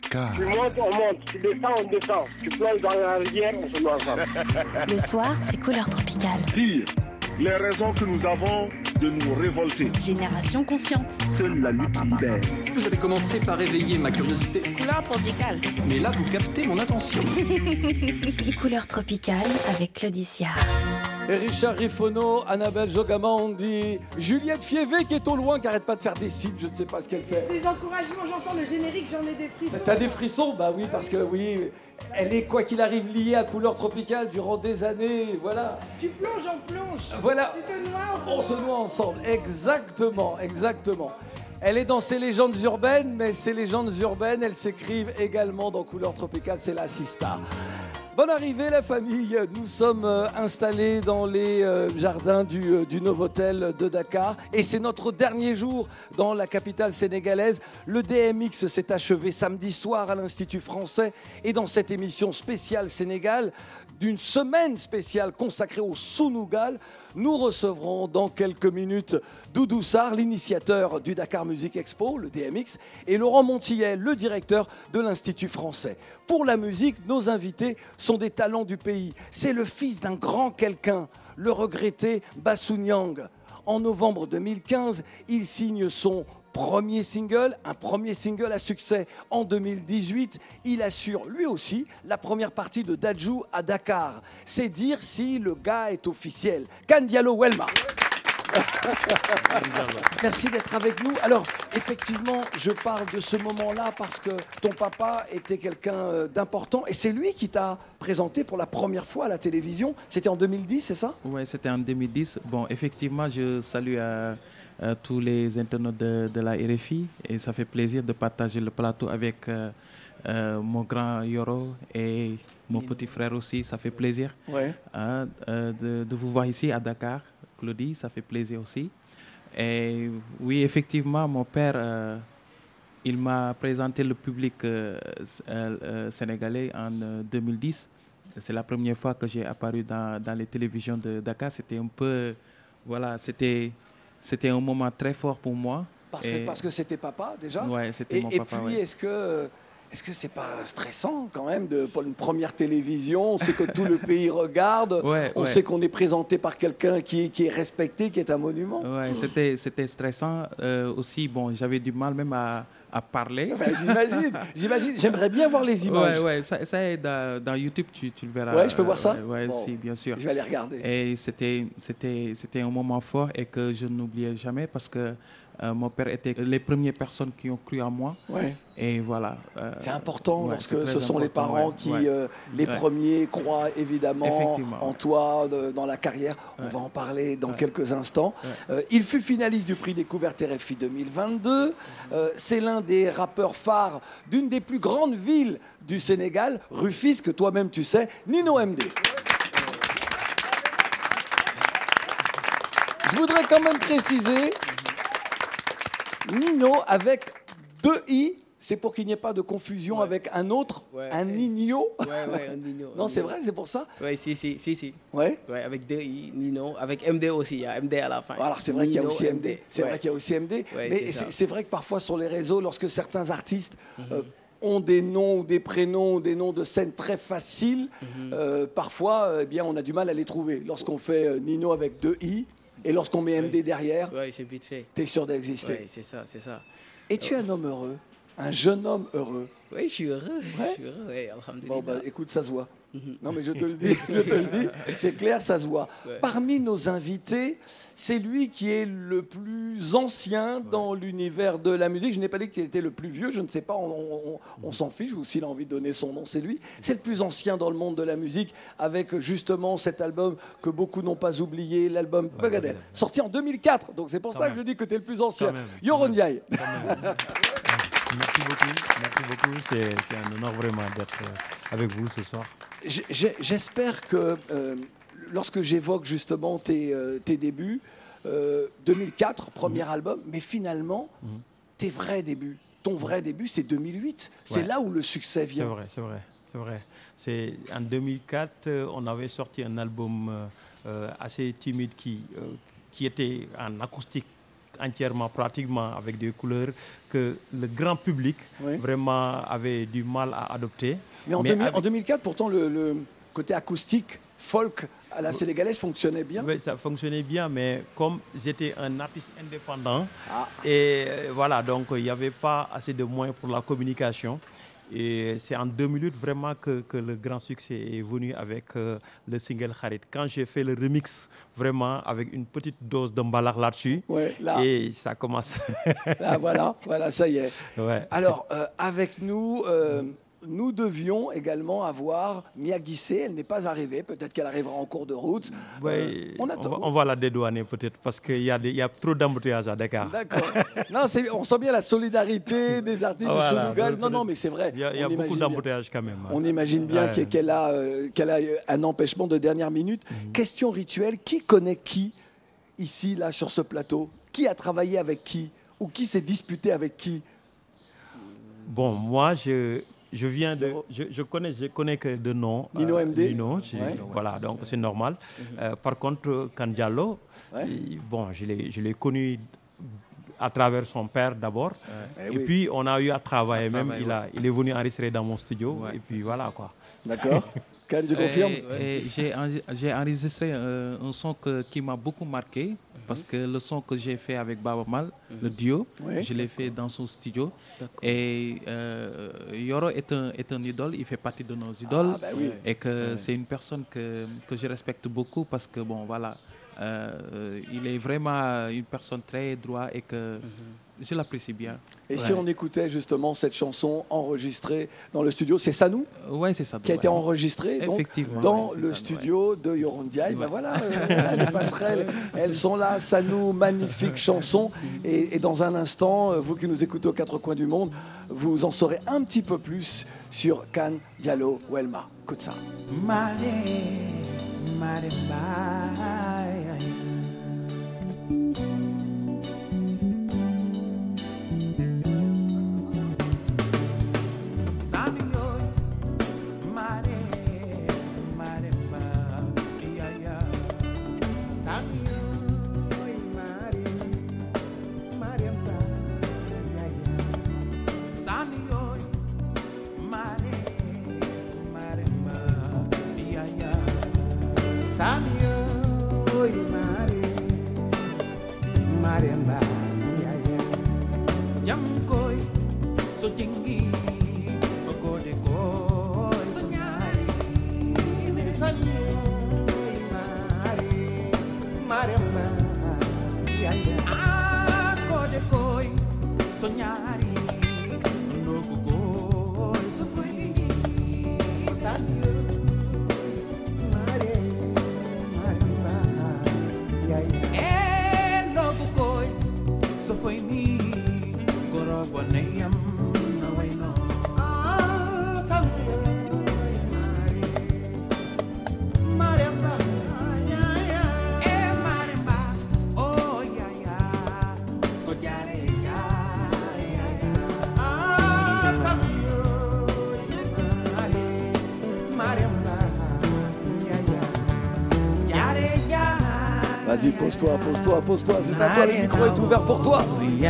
Dakar. Tu montes, on monte. Tu descends, on descend. Tu plonges dans la rivière, on se met ensemble. Le soir, c'est couleur tropicale. Dire les raisons que nous avons de nous révolter. Génération consciente. Seule la lutte libère. Vous avez commencé par éveiller ma curiosité. Couleur tropicale. Mais là, vous captez mon attention. Couleur tropicale avec Claudicia. Et Richard Rifono, Annabelle Jogamandi, Juliette Fievé qui est au loin, qui arrête pas de faire des signes, je ne sais pas ce qu'elle fait. Des encouragements, j'entends le générique, j'en ai des frissons. T'as des frissons? Bah oui, parce que oui, elle est quoi qu'il arrive liée à Couleur Tropicale durant des années, voilà. Tu plonges, on plonge. Voilà. Tu te noies, On se noie ensemble, exactement, exactement. Elle est dans ces légendes urbaines, mais ces légendes urbaines, elles s'écrivent également dans Couleur Tropicale, c'est la Sista. Bonne arrivée la famille, nous sommes installés dans les jardins du Novotel de Dakar et c'est notre dernier jour dans la capitale sénégalaise. Le DMX s'est achevé samedi soir à l'Institut français et dans cette émission spéciale Sénégal, d'une semaine spéciale consacrée au Sunugal, nous recevrons dans quelques minutes Doudou Sarr, l'initiateur du Dakar Music Expo, le DMX, et Laurent Montillet, le directeur de l'Institut français. Pour la musique, nos invités sont des talents du pays. C'est le fils d'un grand quelqu'un, le regretté Bassou Nyang. En novembre 2015, il signe son premier single, un premier single à succès. En 2018, il assure lui aussi la première partie de Dadju à Dakar. C'est dire si le gars est officiel. Kane Diallo Welma. Merci d'être avec nous. Alors, effectivement, je parle de ce moment-là parce que ton papa était quelqu'un d'important et c'est lui qui t'a présenté pour la première fois à la télévision. C'était en 2010, c'est ça? Oui, c'était en 2010. Bon, effectivement, je salue tous les internautes de la RFI et ça fait plaisir de partager le plateau avec mon grand Yoro et mon petit frère aussi. Ça fait plaisir de vous voir ici à Dakar. Claudie, ça fait plaisir aussi. Et oui, effectivement, mon père, il m'a présenté le public sénégalais en 2010. C'est la première fois que j'ai apparu dans les télévisions de Dakar. C'était un peu, voilà, c'était un moment très fort pour moi. Parce que c'était papa déjà. Ouais, c'était mon papa. Et puis, est-ce que c'est pas stressant quand même pour une première télévision? On sait que tout le pays regarde. On sait qu'on est présenté par quelqu'un qui est respecté, qui est un monument. Ouais, c'était stressant aussi. Bon, j'avais du mal même à parler. J'imagine. J'aimerais bien voir les images. Ouais, ça est dans YouTube, tu le verras. Ouais, je peux voir ça. Ouais, bon, si, bien sûr. Je vais aller regarder. Et c'était un moment fort et que je n'oublierai jamais parce que mon père était les premières personnes qui ont cru en moi. Ouais. Et voilà. C'est important lorsque ce sont les parents qui, les premiers, croient évidemment en toi, dans la carrière. On va en parler dans quelques instants. Il fut finaliste du prix Découverte RFI 2022. C'est l'un des rappeurs phares d'une des plus grandes villes du Sénégal, Rufisque, que toi-même tu sais, Nino MD. Je voudrais quand même préciser, Nino avec 2 I, c'est pour qu'il n'y ait pas de confusion avec un autre, un Nino. Ouais, un Nino. Non, c'est vrai, c'est pour ça? Oui, si. Ouais, avec 2 I, Nino, avec MD aussi, il y a MD à la fin. Alors c'est vrai qu'il y a aussi MD. C'est Ouais. vrai qu'il y a aussi MD. Ouais, mais c'est vrai que parfois sur les réseaux, lorsque certains artistes ont des noms ou des prénoms ou des noms de scène très faciles, parfois, eh bien, on a du mal à les trouver. Lorsqu'on fait Nino avec 2 I, et lorsqu'on met MD derrière, c'est vite fait. t'es sûr d'exister. Oui, c'est ça. Et tu es un homme heureux, un jeune homme heureux. Oui, je suis heureux. Oui, alhamdoulilah. Bon, bah, écoute, ça se voit. Non, mais je te le dis, c'est clair, ça se voit. Ouais. Parmi nos invités, c'est lui qui est le plus ancien dans l'univers de la musique. Je n'ai pas dit qu'il était le plus vieux, je ne sais pas, on s'en fiche, ou s'il a envie de donner son nom, c'est lui. C'est le plus ancien dans le monde de la musique, avec justement cet album que beaucoup n'ont pas oublié, l'album Bagadel, sorti en 2004. Donc c'est pour ça que je dis que tu es le plus ancien. Yoron Ndiaye. Merci beaucoup. C'est un honneur vraiment d'être avec vous ce soir. J'espère que lorsque j'évoque justement tes débuts, 2004, premier album, mais finalement, tes vrais débuts, ton vrai début, c'est 2008. C'est là où le succès vient. C'est vrai. C'est en 2004, on avait sorti un album assez timide qui était en acoustique entièrement, pratiquement avec des couleurs que le grand public vraiment avait du mal à adopter. Mais en 2004, pourtant, le côté acoustique, folk à la sénégalaise fonctionnait bien. Oui, ça fonctionnait bien, mais comme j'étais un artiste indépendant, et voilà, donc il n'y avait pas assez de moyens pour la communication. Et c'est en 2008 vraiment que le grand succès est venu avec le single Kharit. Quand j'ai fait le remix, vraiment avec une petite dose de mbalar là-dessus, et ça commence. Là, voilà, ça y est. Ouais. Alors, avec nous, nous devions également avoir Mia Guissé. Elle n'est pas arrivée. Peut-être qu'elle arrivera en cours de route. On attend. On va la dédouaner peut-être parce qu'il y a trop d'embouteillages à Dakar. D'accord. Non, on sent bien la solidarité des artistes du Sunugal. Non, mais c'est vrai. Il y a beaucoup d'embouteillages quand même. On imagine bien qu'elle a un empêchement de dernière minute. Question rituelle. Qui connaît qui ici, là, sur ce plateau? Qui a travaillé avec qui? Ou qui s'est disputé avec qui? Bon, moi, je connais que de nom. Nino MD. Nino, voilà, donc c'est normal. Par contre, Kandialo, bon, je l'ai connu à travers son père d'abord. Et puis, on a eu à travailler même. Il est venu enregistrer dans mon studio. Et puis, voilà, quoi. D'accord. Kan, tu confirmes? J'ai enregistré un son qui m'a beaucoup marqué. Parce que le son que j'ai fait avec Baba Mal, le duo, je l'ai fait dans son studio. Et Yoro est un idole, il fait partie de nos idoles. Et que c'est une personne que je respecte beaucoup parce que, bon, voilà, il est vraiment une personne très droite et que je l'apprécie bien. Et si on écoutait justement cette chanson enregistrée dans le studio, c'est Sanou? Oui, c'est ça. Qui a été enregistrée donc, dans le studio de Yoro Ndiaye. Ben voilà, les passerelles, elles sont là. Sanou, magnifique chanson. Et dans un instant, vous qui nous écoutez aux quatre coins du monde, vous en saurez un petit peu plus sur Kan, Diallo, Welma. Écoute ça. Vas-y, pose-toi. C'est à toi, le micro est ouvert pour toi.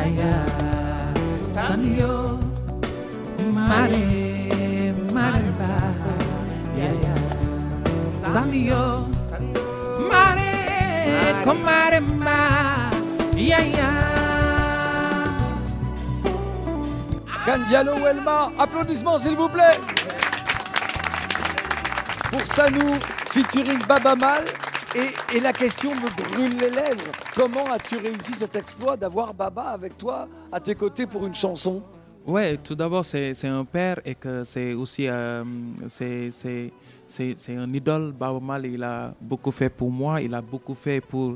Kan, Diallo, Welma, applaudissements s'il vous plaît. Pour Sanou, featuring Baba Mal. Et la question me brûle les lèvres. Comment as-tu réussi cet exploit d'avoir Baba avec toi à tes côtés pour une chanson? Ouais, tout d'abord c'est un père et que c'est aussi c'est un idole. Baba Mal, il a beaucoup fait pour moi, il a beaucoup fait pour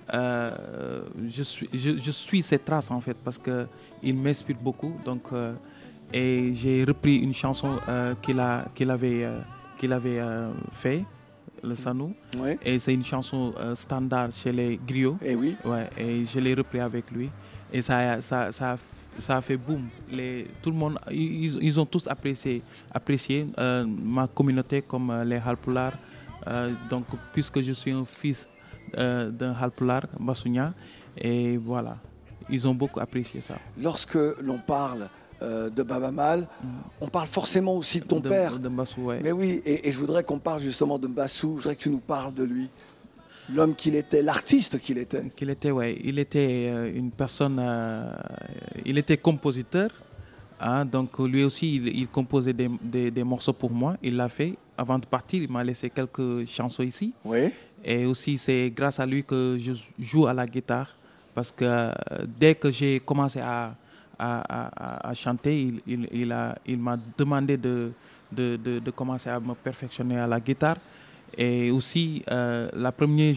je suis ses traces en fait parce que il m'inspire beaucoup. Donc et j'ai repris une chanson qu'il avait fait. Le Sanou. Et c'est une chanson standard chez les griots. Et oui. Ouais, et je l'ai repris avec lui. Et ça a fait boum. Tout le monde, ils ont tous apprécié ma communauté comme les Halpulaar. Donc, puisque je suis un fils d'un Halpulaar, Basunya, et voilà. ils ont beaucoup apprécié ça. Lorsque l'on parle de Baaba Maal, on parle forcément aussi de ton père. De Mbassou, ouais. Mais oui, et je voudrais qu'on parle justement de Mbassou. Je voudrais que tu nous parles de lui. L'homme qu'il était, l'artiste qu'il était. Ouais. Il était une personne... il était compositeur. Hein, donc lui aussi, il composait des morceaux pour moi. Il l'a fait. Avant de partir, il m'a laissé quelques chansons ici. Oui. Et aussi, c'est grâce à lui que je joue à la guitare. Parce que dès que j'ai commencé à chanter, il m'a demandé de commencer à me perfectionner à la guitare. Et aussi, le premier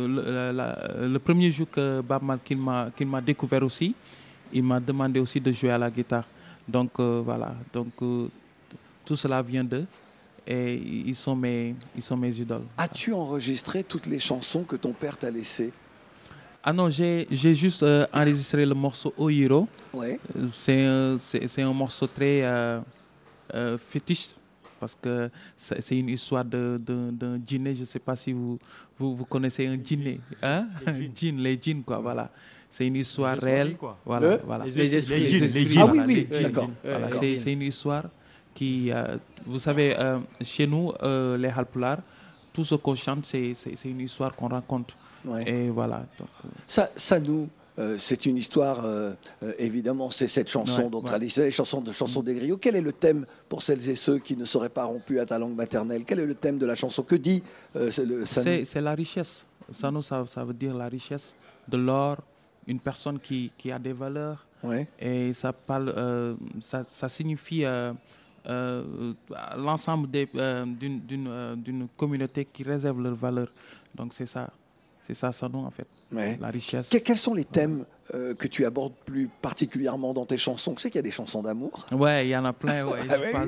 jour que Baaba Maal qu'il m'a découvert aussi, il m'a demandé aussi de jouer à la guitare. Donc voilà, tout cela vient d'eux et ils sont mes idoles. As-tu enregistré toutes les chansons que ton père t'a laissées? Ah non, j'ai juste enregistré le morceau Oyiro. Ouais. C'est un morceau très fétiche parce que c'est une histoire d'un djinné. Je ne sais pas si vous connaissez un djinné. Hein? Les djinns, quoi, voilà. C'est une histoire réelle. Voilà. Les esprits. Ah oui, d'accord. Voilà, c'est une histoire qui, vous savez, chez nous, les Halpulaar, tout ce qu'on chante, c'est une histoire qu'on raconte. Ouais. Et voilà. Donc, ça nous, c'est une histoire, évidemment, c'est cette chanson traditionnelle, chanson des griots. Quel est le thème pour celles et ceux qui ne seraient pas rompus à ta langue maternelle? Quel est le thème de la chanson? Que dit Sanou? C'est la richesse. Sanou, ça veut dire la richesse de l'or, une personne qui a des valeurs. Ouais. Et ça parle, ça signifie l'ensemble d'une communauté qui réserve leurs valeurs. Donc c'est ça. C'est ça, Sanou, en fait, la richesse. Quels sont les thèmes que tu abordes plus particulièrement dans tes chansons? Tu sais qu'il y a des chansons d'amour? Ouais, il y en a plein, ouais.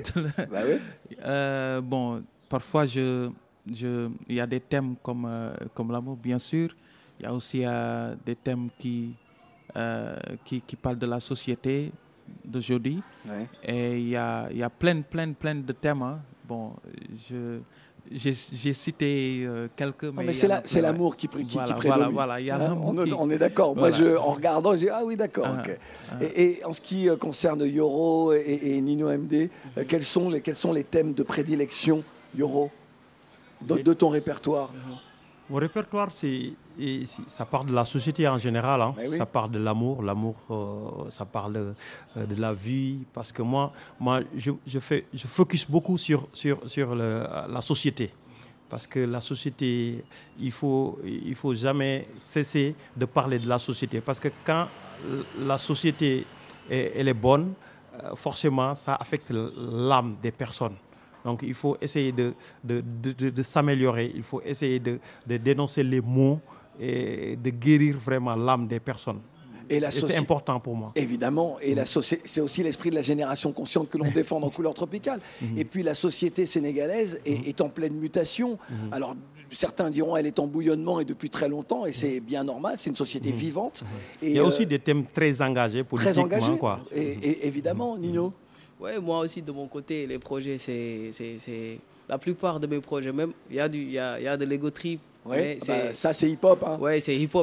Bon, parfois, il y a des thèmes comme l'amour, bien sûr. Il y a aussi des thèmes qui parlent de la société d'aujourd'hui. Ouais. Et il y a plein de thèmes. Hein. Bon, j'ai cité quelques... mais c'est l'amour qui prédomine. Voilà, il y a l'amour on est d'accord. Voilà. Moi, en regardant, j'ai dit, ah oui, d'accord. Okay. Et en ce qui concerne Yoro et Nino MD, quels sont les thèmes de prédilection, Yoro, de ton répertoire? Mon répertoire, ça parle de la société en général. Hein. Oui. Ça parle de l'amour. L'amour, ça parle de la vie. Parce que moi je focus beaucoup sur la société. Parce que la société, il faut jamais cesser de parler de la société. Parce que quand la société elle est bonne, forcément, ça affecte l'âme des personnes. Donc il faut essayer de s'améliorer, il faut essayer de dénoncer les maux et de guérir vraiment l'âme des personnes. Et c'est important pour moi. Évidemment, et c'est aussi l'esprit de la génération consciente que l'on défend dans Couleur Tropicale. Et puis la société sénégalaise est en pleine mutation. Alors certains diront elle est en bouillonnement et depuis très longtemps, et c'est bien normal, c'est une société vivante. Et il y a aussi des thèmes très engagés politiquement. Très engagés, quoi. Et évidemment, Nino. Oui, moi aussi, de mon côté, les projets, c'est la plupart de mes projets, même, il y a de l'ego trip. Ouais, ça, c'est hip-hop. Hein. Oui, c'est hip-hop.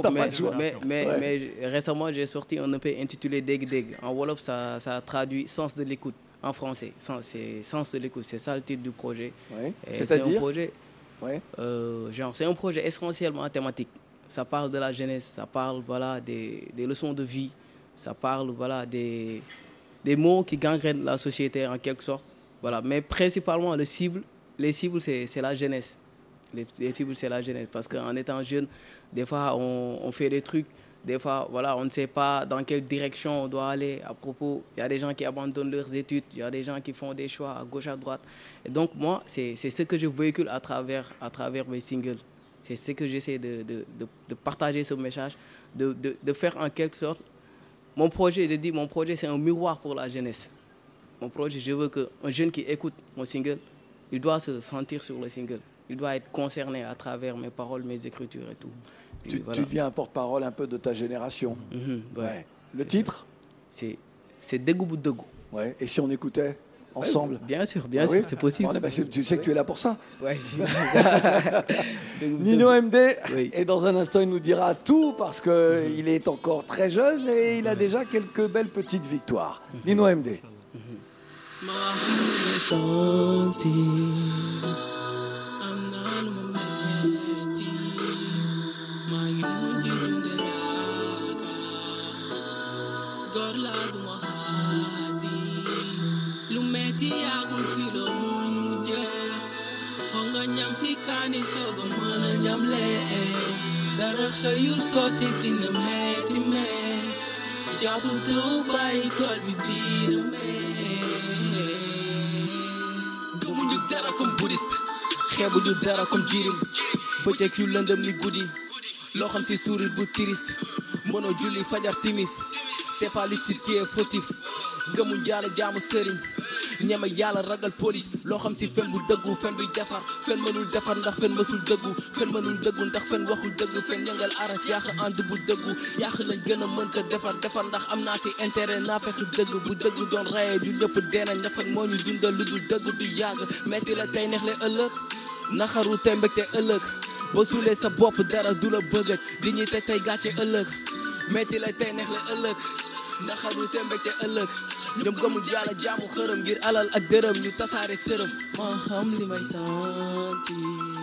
mais récemment, j'ai sorti un EP intitulé Deg Deg. En Wolof, ça traduit sens de l'écoute. En français, c'est sens de l'écoute. C'est ça le titre du projet. Ouais. C'est un projet. Ouais. C'est un projet essentiellement thématique. Ça parle de la jeunesse, ça parle des leçons de vie, ça parle des mots qui gangrènent la société en quelque sorte. Voilà. Mais principalement, les cibles, c'est la jeunesse. Les cibles, c'est la jeunesse. Parce qu'en étant jeune, des fois, on fait des trucs. Des fois, on ne sait pas dans quelle direction on doit aller. À propos, il y a des gens qui abandonnent leurs études. Il y a des gens qui font des choix à gauche, à droite. Et donc, moi, c'est ce que je véhicule à travers mes singles. C'est ce que j'essaie de partager ce message, de faire en quelque sorte. Mon projet, c'est un miroir pour la jeunesse. Mon projet, je veux qu'un jeune qui écoute mon single, il doit se sentir sur le single. Il doit être concerné à travers mes paroles, mes écritures et tout. Tu deviens un porte-parole un peu de ta génération. Ouais. Le titre? C'est Degou Bout Degou. Ouais. Et si on écoutait? ensemble? Bien sûr, Ah oui, c'est possible. Bon, tu sais que tu es là pour ça. Ouais, Nino MD, et dans un instant, il nous dira tout parce qu'il est encore très jeune et il a déjà quelques belles petites victoires. Nino MD. Ñam si kaani soog a mën a ñam lee dara xëyul sotti dina metti mee jàpp taw bàyyi tool bi dina mee gëmuñu dara comme bouddhiste xeebuñu dara comme jirim bëccëg yu lëndëm ni guddi loo xam si sourire bu triste mënoo julli fajar timis te pas lucide qui est fautif gëmuñ yàlla jaamu sëriñ ñeme yàlla ragal police loo xam si fen bu dëggu fen bi defar fen mënul defar ndax fen mësul dëggu fen mënul dëggu ndax fen waxul dëgg fen ñangal aras yaax ànd bu dëggu yaax lañ gën a mënta defar ndax am naa si intérêt naa fexe dëgg bu dëgg doon rayee du ñëpp deena ñafak moo ñu dundal lu dul dëgg du yàgg metti la tey neex le ëllëg naxaru tey mbégte ëllëg ba suulee sa bopp dara du la bëggat di ñuy te tey gàcce ëllëg metti la tey neex le ëllëg naxaru tey mbégte ëllëg ñoom gëmul yàlla jaamu xërëm ngir alal ak dërëm ñu tasaare sërëm ma xam li may santi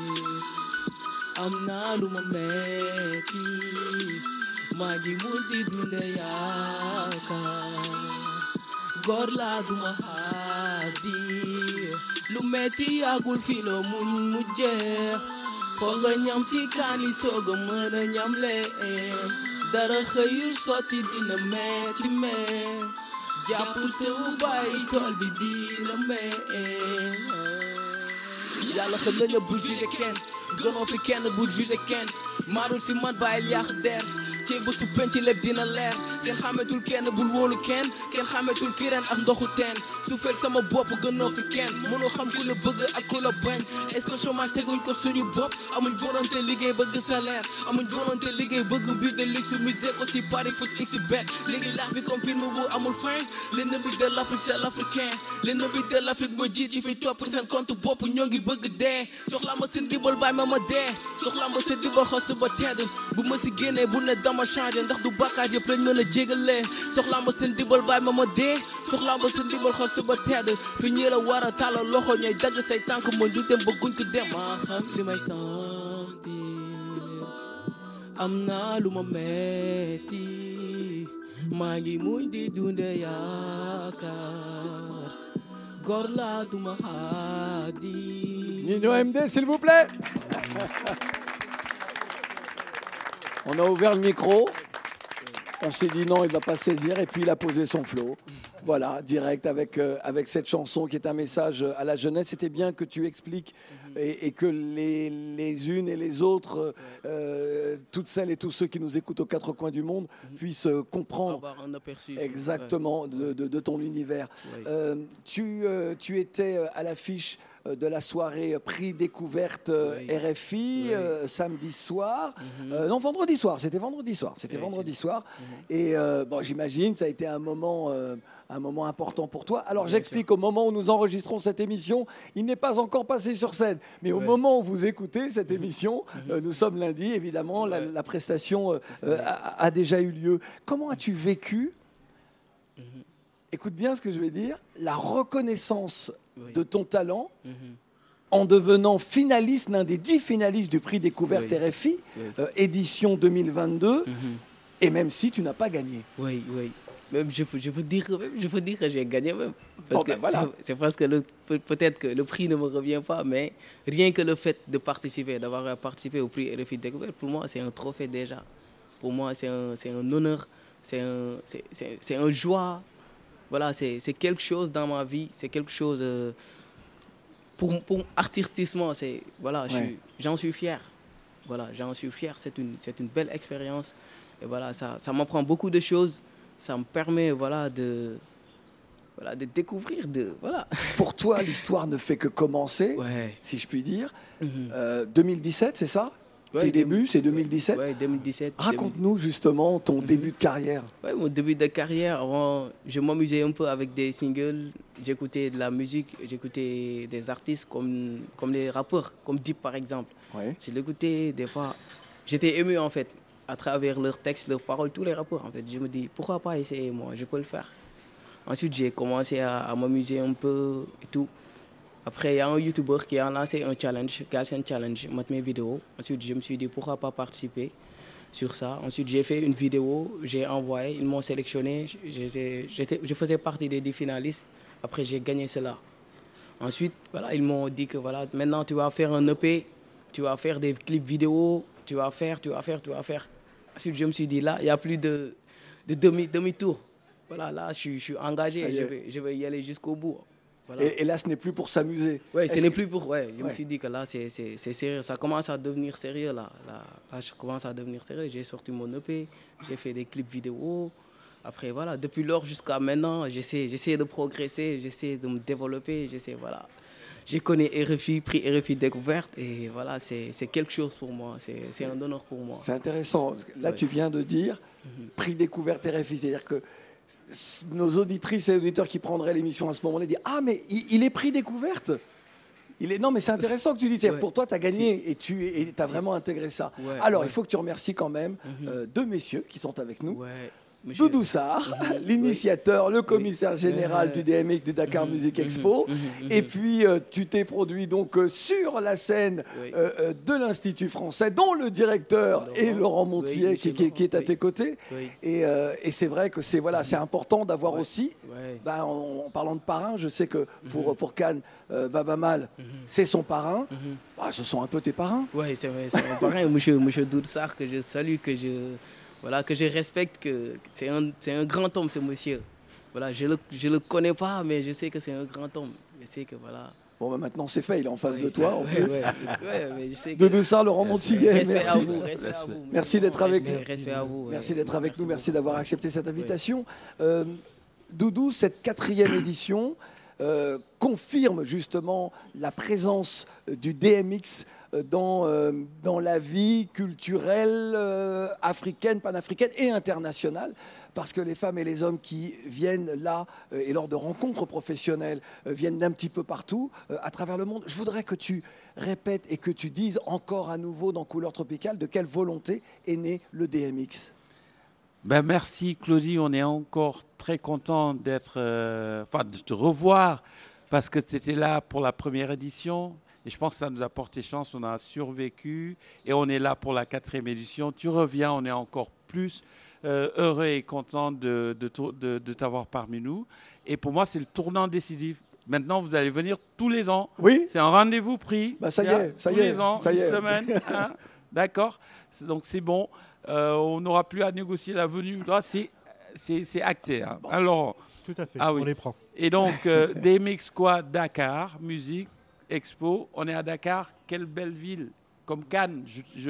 am naa lu ma metti maa ngi mun di dunde yaakaar góor laa du ma xaadi lu metti yàggul fii la muñ mu jeex foog nga ñam si kaani soog a mën a ñam leen dara xëyul sotti dina metti mee jàpp tewu bàyyi tool bi dina mee yàlla xam na ne bul jugé kenn gënoo fi kenn bul jugé kenn maarul si man bàyyil yàq der ci bésu penc lépp dina leer kenn xametul kenn bul wóolu kenn xametul kireen ak ndoxu teen su fekk sama bopp gënoo fi kenn mënoo xam ku la bëgg ak ku la bañ est-ce que chômage teguñ ko suñu bopp amuñ volonté liggéey bëgg salaire amuñ volonté liggéey bëgg but de luxe misé ko si Paris foot x bet léegi laax bi comme film bu amul fin l'ennemi de l'Afrique c'est l'Africain l'ennemi de l'Afrique mooy jiit yi fi topp seen compte bopp ñoo ngi bëgg dee soxla ma seen dibal bàyyi ma dee soxla ma seen dibal xos ba tedd bu ma si génnee bu ne dama changé ndax du bàkkaar yëpp lañ mën a jégalee soxla ma seen dibal bàyyi ma dee soxla ma seen dibal xos ba tedd fi ñi la war a tàllal loxo ñooy dagg say tànk moo ñu dem bëgguñ ko dem maa xam li may santi am naa lu ma metti maa ngi muñ di dunde yaakaar góor laa du ma xaadi Nino MD, s'il vous plaît. On a ouvert le micro. On s'est dit non, il ne va pas saisir. Et puis il a posé son flow. Voilà, direct avec cette chanson qui est un message à la jeunesse. C'était bien que tu expliques et que les unes et les autres, toutes celles et tous ceux qui nous écoutent aux quatre coins du monde puissent comprendre un aperçu, exactement de ton univers. Ouais. Tu étais à l'affiche de la soirée Prix Découverte RFI samedi soir. Non, vendredi soir. C'était vendredi soir. Et bon, j'imagine ça a été un moment important pour toi. Alors j'explique, au moment où nous enregistrons cette émission, il n'est pas encore passé sur scène. Mais au moment où vous écoutez cette émission, nous sommes lundi, évidemment, la prestation a déjà eu lieu. Comment as-tu vécu, écoute bien ce que je vais dire, la reconnaissance de ton talent en devenant finaliste, l'un des 10 finalistes du Prix Découverte RFI, édition 2022, et même si tu n'as pas gagné. Oui. Même je peux dire que j'ai gagné même. Parce que c'est parce que peut-être que le prix ne me revient pas, mais rien que le fait de participer, d'avoir participé au Prix RFI Découverte, pour moi, c'est un trophée déjà. Pour moi, c'est un honneur, c'est un joie. Voilà, c'est quelque chose dans ma vie, c'est quelque chose... pour artistiquement, j'en suis fier. Voilà, j'en suis fier, c'est une belle expérience. Et voilà, ça m'apprend beaucoup de choses. Ça me permet de découvrir. Pour toi, l'histoire ne fait que commencer, si je puis dire. 2017, c'est ça ? Tes débuts, c'est 2017? Oui, 2017. Raconte-nous justement ton début de carrière. Ouais, mon début de carrière, avant, je m'amusais un peu avec des singles, j'écoutais de la musique, j'écoutais des artistes comme les rappeurs, comme Deep par exemple. Ouais. Je l'écoutais des fois, j'étais ému en fait, à travers leurs textes, leurs paroles, tous les rappeurs en fait. Je me dis, pourquoi pas essayer moi, je peux le faire. Ensuite, j'ai commencé à m'amuser un peu et tout. Après, il y a un YouTuber qui a lancé un challenge, Galsen Challenge, mes vidéos. Ensuite, je me suis dit, pourquoi pas participer sur ça. Ensuite, j'ai fait une vidéo, j'ai envoyé, ils m'ont sélectionné. Je faisais partie des 10 finalistes. Après, j'ai gagné cela. Ensuite, voilà, ils m'ont dit que voilà, maintenant, tu vas faire un EP, tu vas faire des clips vidéo, tu vas faire. Ensuite, je me suis dit, là, il n'y a plus de demi-tour. Voilà, là, je suis engagé, je vais y aller jusqu'au bout. Voilà. Et là, ce n'est plus pour s'amuser. Oui, ce n'est plus pour... Ouais, je me suis dit que là, c'est sérieux. Ça commence à devenir sérieux, là, je commence à devenir sérieux. J'ai sorti mon EP, j'ai fait des clips vidéo. Après, voilà, depuis lors jusqu'à maintenant, j'essaie de progresser, j'essaie de me développer, voilà. J'ai connu RFI, prix RFI Découverte, et voilà, c'est quelque chose pour moi, c'est un honneur pour moi. C'est intéressant. Là, tu viens de dire prix Découverte RFI, c'est-à-dire que nos auditrices et auditeurs qui prendraient l'émission à ce moment-là disent « Ah, mais il est prix Découverte !» Non, mais c'est intéressant que tu dis. C'est-à-dire pour toi, tu as gagné et tu as vraiment intégré ça. Alors, il faut que tu remercies quand même deux messieurs qui sont avec nous. Doudou Sarr, l'initiateur, le commissaire général du DMX, du Dakar Music Expo. Et puis, tu t'es produit donc sur la scène de l'Institut français, dont le directeur est Laurent Montillet, qui est à tes côtés. Et c'est vrai que c'est important d'avoir aussi, en parlant de parrain, je sais que pour Cannes, Baba Mal, c'est son parrain. Ce sont un peu tes parrains. Oui, c'est mon parrain, monsieur Doudou Sarr, que je salue, que je respecte, que c'est un grand homme, ce monsieur. Voilà, je le connais pas, mais je sais que c'est un grand homme. Je sais que voilà. Bon, maintenant c'est fait, il est en face de toi. En plus. Mais je sais que... Doudou Sarr, Laurent Montillet, merci. À vous. Merci d'être avec nous. Respect à vous. Merci d'être avec nous, merci d'avoir accepté cette invitation. Doudou, cette 4e édition confirme justement la présence du DMX dans la vie culturelle africaine, panafricaine et internationale, parce que les femmes et les hommes qui viennent là et lors de rencontres professionnelles viennent d'un petit peu partout à travers le monde. Je voudrais que tu répètes et que tu dises encore à nouveau dans Couleur Tropicale de quelle volonté est né le DMX. Merci Claudie, on est encore très content de te revoir parce que tu étais là pour la première édition. Et je pense que ça nous a porté chance, on a survécu et on est là pour la 4e édition. Tu reviens, on est encore plus heureux et content de t'avoir parmi nous. Et pour moi, c'est le tournant décisif. Maintenant, vous allez venir tous les ans. Oui. C'est un rendez-vous pris. Ça y est, tous les ans, une semaine. Hein, d'accord. Donc c'est bon. On n'aura plus à négocier la venue. C'est acté. Hein. Bon. Alors, tout à fait, on les prend. Et donc, DMX Dakar, musique, expo. On est à Dakar. Quelle belle ville. Comme Cannes.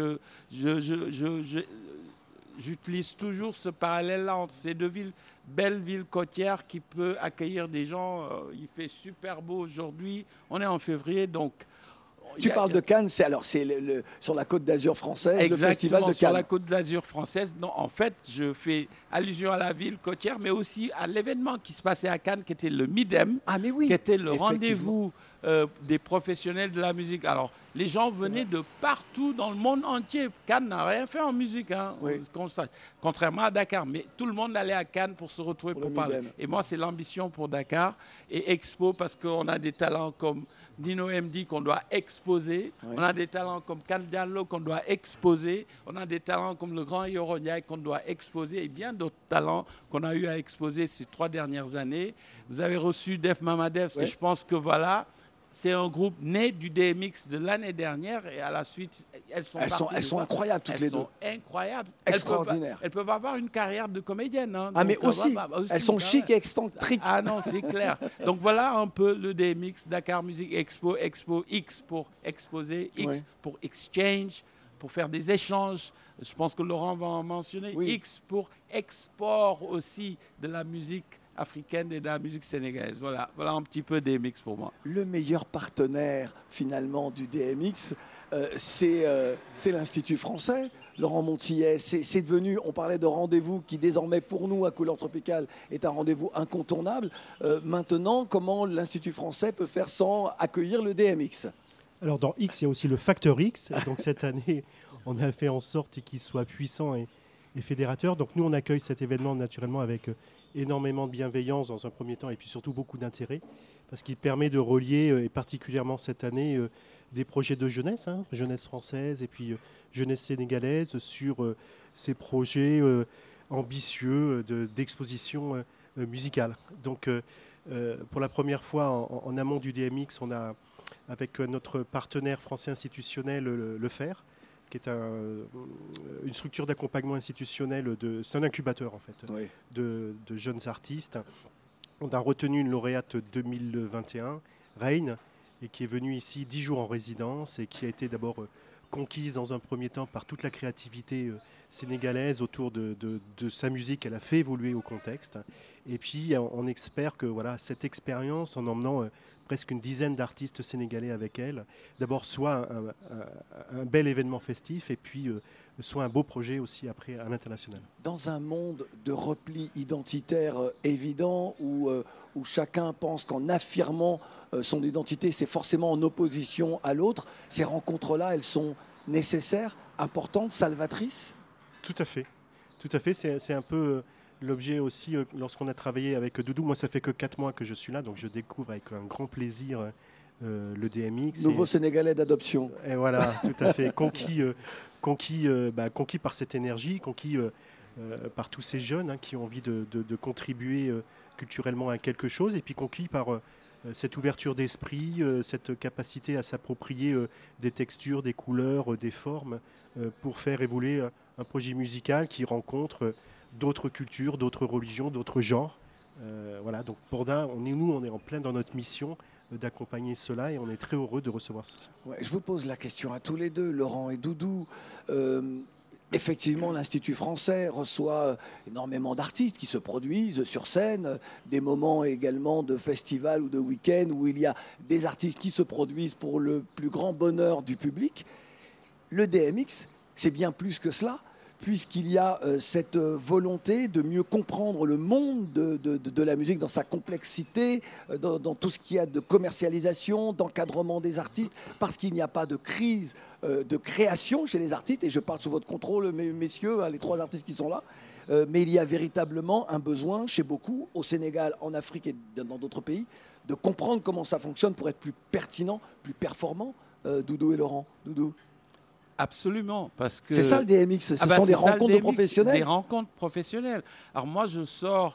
J'utilise toujours ce parallèle-là entre ces deux villes. Belle ville côtière qui peut accueillir des gens. Il fait super beau aujourd'hui. On est en février, donc... Tu parles de Cannes, c'est sur la Côte d'Azur française, exactement, le festival de Cannes. Sur la Côte d'Azur française. Non, en fait, je fais allusion à la ville côtière, mais aussi à l'événement qui se passait à Cannes, qui était le Midem, qui était le rendez-vous des professionnels de la musique. Alors, les gens venaient de partout dans le monde entier. Cannes n'a rien fait en musique, hein, contrairement à Dakar. Mais tout le monde allait à Cannes pour se retrouver pour parler. Midem. Et moi, c'est l'ambition pour Dakar. Et Expo, parce qu'on a des talents comme Nino MD qu'on doit exposer. Oui. On a des talents comme Kal Diallo qu'on doit exposer. On a des talents comme le grand Yoro Ndiaye qu'on doit exposer et bien d'autres talents qu'on a eu à exposer ces 3 dernières années. Vous avez reçu Def Mama Def et je pense que voilà, c'est un groupe né du DMX de l'année dernière et à la suite, elles sont incroyables toutes les deux. Elles sont incroyables. Extraordinaires. Elles peuvent avoir une carrière de comédienne. Hein, mais aussi, elles sont chic et excentriques. Ah non, c'est clair. Donc voilà un peu le DMX, Dakar Music Expo. Expo X pour exposer, X pour exchange, pour faire des échanges. Je pense que Laurent va en mentionner. X pour export aussi de la musique africaine et de la musique sénégalaise. Voilà un petit peu DMX pour moi. Le meilleur partenaire finalement du DMX, c'est l'Institut français. Laurent Montillet, c'est devenu, on parlait de rendez-vous qui désormais pour nous à Couleur Tropicale est un rendez-vous incontournable. Maintenant, comment l'Institut français peut faire sans accueillir le DMX? Alors dans X, il y a aussi le facteur X. Et donc cette année, on a fait en sorte qu'il soit puissant et fédérateur. Donc nous, on accueille cet événement naturellement avec énormément de bienveillance dans un premier temps et puis surtout beaucoup d'intérêt parce qu'il permet de relier, et particulièrement cette année, des projets de jeunesse, jeunesse française et puis jeunesse sénégalaise sur ces projets ambitieux d'exposition musicale. Donc pour la première fois en amont du DMX, on a avec notre partenaire français institutionnel le FAIR, qui est une structure d'accompagnement institutionnel, c'est un incubateur en fait, oui, de jeunes artistes. On a retenu une lauréate 2021, Reine, et qui est venue ici 10 jours en résidence et qui a été d'abord conquise dans un premier temps par toute la créativité sénégalaise autour de sa musique. Elle a fait évoluer au contexte. Et puis on espère que voilà, cette expérience, en emmenant presque une dizaine d'artistes sénégalais avec elle, d'abord soit un bel événement festif et puis soit un beau projet aussi après à l'international. Dans un monde de repli identitaire évident où chacun pense qu'en affirmant son identité, c'est forcément en opposition à l'autre, ces rencontres-là, elles sont nécessaires, importantes, salvatrices? Tout à fait. Tout à fait. C'est un peu l'objet aussi, lorsqu'on a travaillé avec Doudou. Moi, ça fait que 4 mois que je suis là, donc je découvre avec un grand plaisir le DMX. Nouveau Sénégalais d'adoption. Et voilà, tout à fait. Conquis par cette énergie, conquis par tous ces jeunes qui ont envie de contribuer culturellement à quelque chose, et puis conquis par cette ouverture d'esprit, cette capacité à s'approprier des textures, des couleurs, des formes, pour faire évoluer un projet musical qui rencontre d'autres cultures, d'autres religions, d'autres genres. Voilà, donc Bourdin, on est en plein dans notre mission d'accompagner cela et on est très heureux de recevoir ceci. Ouais, je vous pose la question à tous les deux, Laurent et Doudou. Effectivement, l'Institut français reçoit énormément d'artistes qui se produisent sur scène, des moments également de festival ou de week-end où il y a des artistes qui se produisent pour le plus grand bonheur du public. Le DMX, c'est bien plus que cela, puisqu'il y a cette volonté de mieux comprendre le monde de la musique dans sa complexité, dans tout ce qu'il y a de commercialisation, d'encadrement des artistes, parce qu'il n'y a pas de crise de création chez les artistes, et je parle sous votre contrôle, messieurs, les 3 artistes qui sont là, mais il y a véritablement un besoin chez beaucoup, au Sénégal, en Afrique et dans d'autres pays, de comprendre comment ça fonctionne pour être plus pertinent, plus performant. Doudou et Laurent. Doudou. Absolument, parce que... C'est ça le DMX, ce sont des rencontres de professionnels. Des rencontres professionnelles. Alors moi, je sors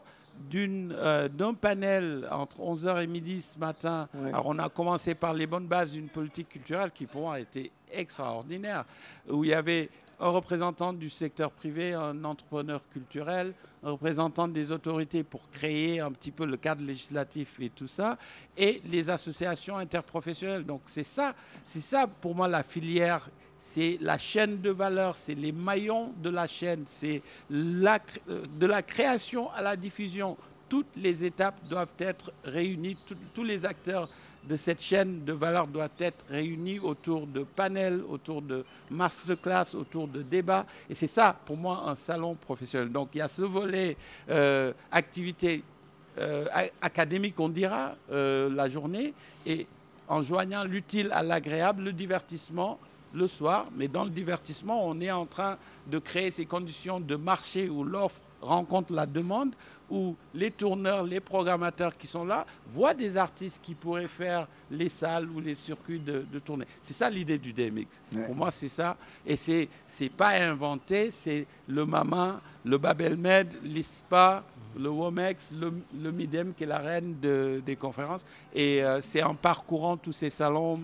d'un panel entre 11h et midi ce matin. Ouais. Alors on a commencé par les bonnes bases d'une politique culturelle qui pour moi a été extraordinaire, où il y avait un représentant du secteur privé, un entrepreneur culturel, un représentant des autorités pour créer un petit peu le cadre législatif et tout ça, et les associations interprofessionnelles. Donc c'est ça pour moi la filière. C'est la chaîne de valeur, c'est les maillons de la chaîne, c'est de la création à la diffusion. Toutes les étapes doivent être réunies, tous les acteurs de cette chaîne de valeur doivent être réunis autour de panels, autour de masterclass, autour de débats. Et c'est ça, pour moi, un salon professionnel. Donc il y a ce volet activité académique, on dira, la journée, et en joignant l'utile à l'agréable, le divertissement, le soir, mais dans le divertissement, on est en train de créer ces conditions de marché où l'offre rencontre la demande, où les tourneurs, les programmateurs qui sont là voient des artistes qui pourraient faire les salles ou les circuits de tournée. C'est ça l'idée du DMX. Ouais. Pour moi, c'est ça. Et c'est pas inventé, c'est le MAMA, le Babelmed, l'ISPA, le WOMEX, le MIDEM qui est la reine des conférences. Et c'est en parcourant tous ces salons,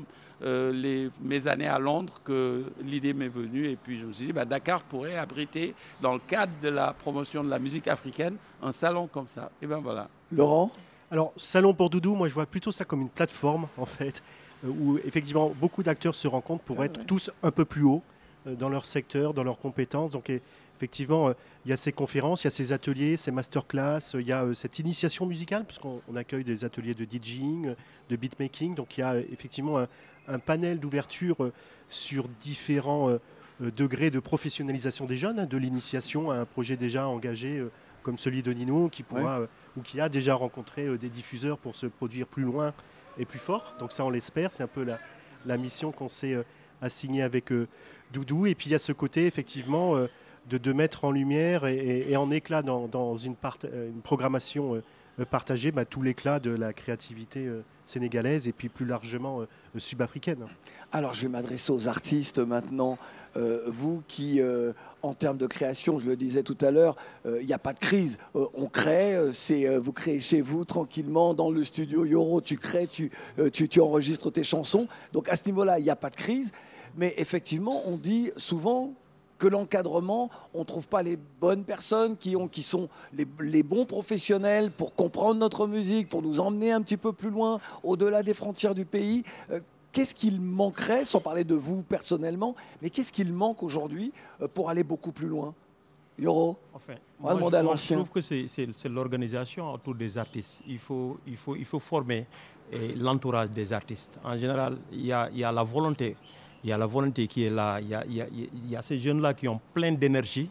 mes années à Londres, que l'idée m'est venue. Et puis je me suis dit, Dakar pourrait abriter, dans le cadre de la promotion de la musique africaine, un salon comme ça. Et bien voilà. Laurent ? Alors, Salon pour Doudou, moi je vois plutôt ça comme une plateforme, en fait, où effectivement beaucoup d'acteurs se rencontrent pour être tous un peu plus haut dans leur secteur, dans leurs compétences. Donc effectivement, il y a ces conférences, il y a ces ateliers, ces masterclass, il y a cette initiation musicale, parce qu'on accueille des ateliers de DJing, de beatmaking. Donc il y a effectivement un panel d'ouverture sur différents degrés de professionnalisation des jeunes, de l'initiation à un projet déjà engagé comme celui de Nino, qui pourra ou qui a déjà rencontré des diffuseurs pour se produire plus loin et plus fort. Donc ça, on l'espère, c'est un peu la mission qu'on s'est assignée avec Doudou. Et puis il y a ce côté, effectivement, de mettre en lumière et en éclat dans une programmation partagée tout l'éclat de la créativité sénégalaise et puis plus largement sud-africaine. Alors je vais m'adresser aux artistes maintenant. Vous qui, en termes de création, je le disais tout à l'heure, il n'y a pas de crise. On crée, vous créez chez vous tranquillement dans le studio Yoro, tu crées, tu enregistres tes chansons. Donc à ce niveau-là, il n'y a pas de crise. Mais effectivement, on dit souvent que l'encadrement, on ne trouve pas les bonnes personnes qui sont les bons professionnels pour comprendre notre musique, pour nous emmener un petit peu plus loin, au-delà des frontières du pays. Qu'est-ce qu'il manquerait, sans parler de vous personnellement, mais qu'est-ce qu'il manque aujourd'hui pour aller beaucoup plus loin? Yoro, enfin, on va demander à l'ancien. Je trouve que c'est l'organisation autour des artistes. Il faut former l'entourage des artistes. En général, il y a la volonté. Il y a la volonté qui est là. Il y a ces jeunes-là qui ont plein d'énergie,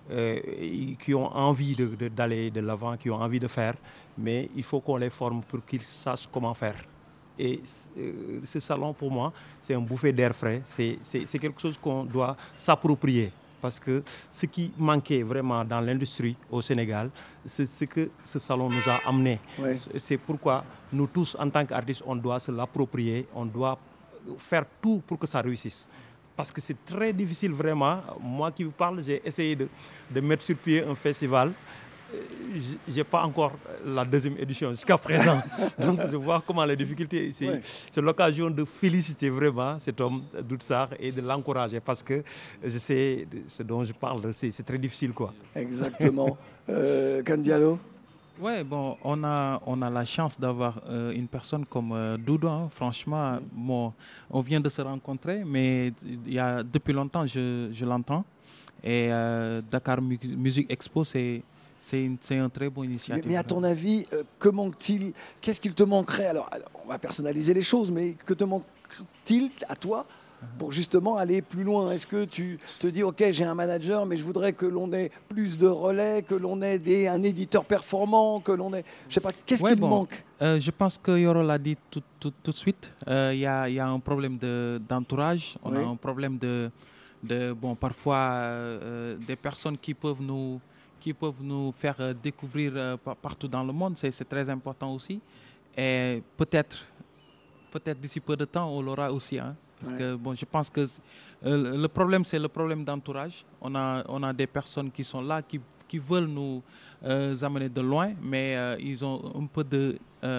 qui ont envie d'aller de l'avant, qui ont envie de faire. Mais il faut qu'on les forme pour qu'ils sachent comment faire. Et ce salon, pour moi, c'est un bouffée d'air frais. C'est quelque chose qu'on doit s'approprier. Parce que ce qui manquait vraiment dans l'industrie au Sénégal, c'est ce que ce salon nous a amené. Ouais. C'est pourquoi nous tous, en tant qu'artistes, on doit se l'approprier. On doit faire tout pour que ça réussisse. Parce que c'est très difficile vraiment. Moi qui vous parle, j'ai essayé de mettre sur pied un festival. Je n'ai pas encore la deuxième édition jusqu'à présent. Donc je vois comment les difficultés, c'est l'occasion de féliciter vraiment cet homme Doudsar et de l'encourager parce que je sais ce dont je parle, c'est très difficile, quoi. Exactement. Kandialo? Ouais, bon, on a la chance d'avoir une personne comme Doudou. Hein. Franchement, on vient de se rencontrer, mais depuis longtemps, je l'entends. Et Dakar Music Expo, c'est un très bon initiative. Mais à ton avis, que manque-t-il? Qu'est-ce qu'il te manquerait? Alors, on va personnaliser les choses, mais que te manque-t-il à toi pour justement aller plus loin? Est-ce que tu te dis, OK, j'ai un manager, mais je voudrais que l'on ait plus de relais, que l'on ait un éditeur performant, que l'on ait... Je sais pas, qu'est-ce qu'il manque? Je pense que Yoro l'a dit tout de suite. Il y a un problème d'entourage. On a un problème parfois des personnes qui peuvent nous faire découvrir partout dans le monde. C'est très important aussi. Et peut-être d'ici peu de temps, on l'aura aussi. Hein. Parce que je pense que le problème, c'est le problème d'entourage. On a des personnes qui sont là, qui veulent nous amener de loin, mais ils ont un peu de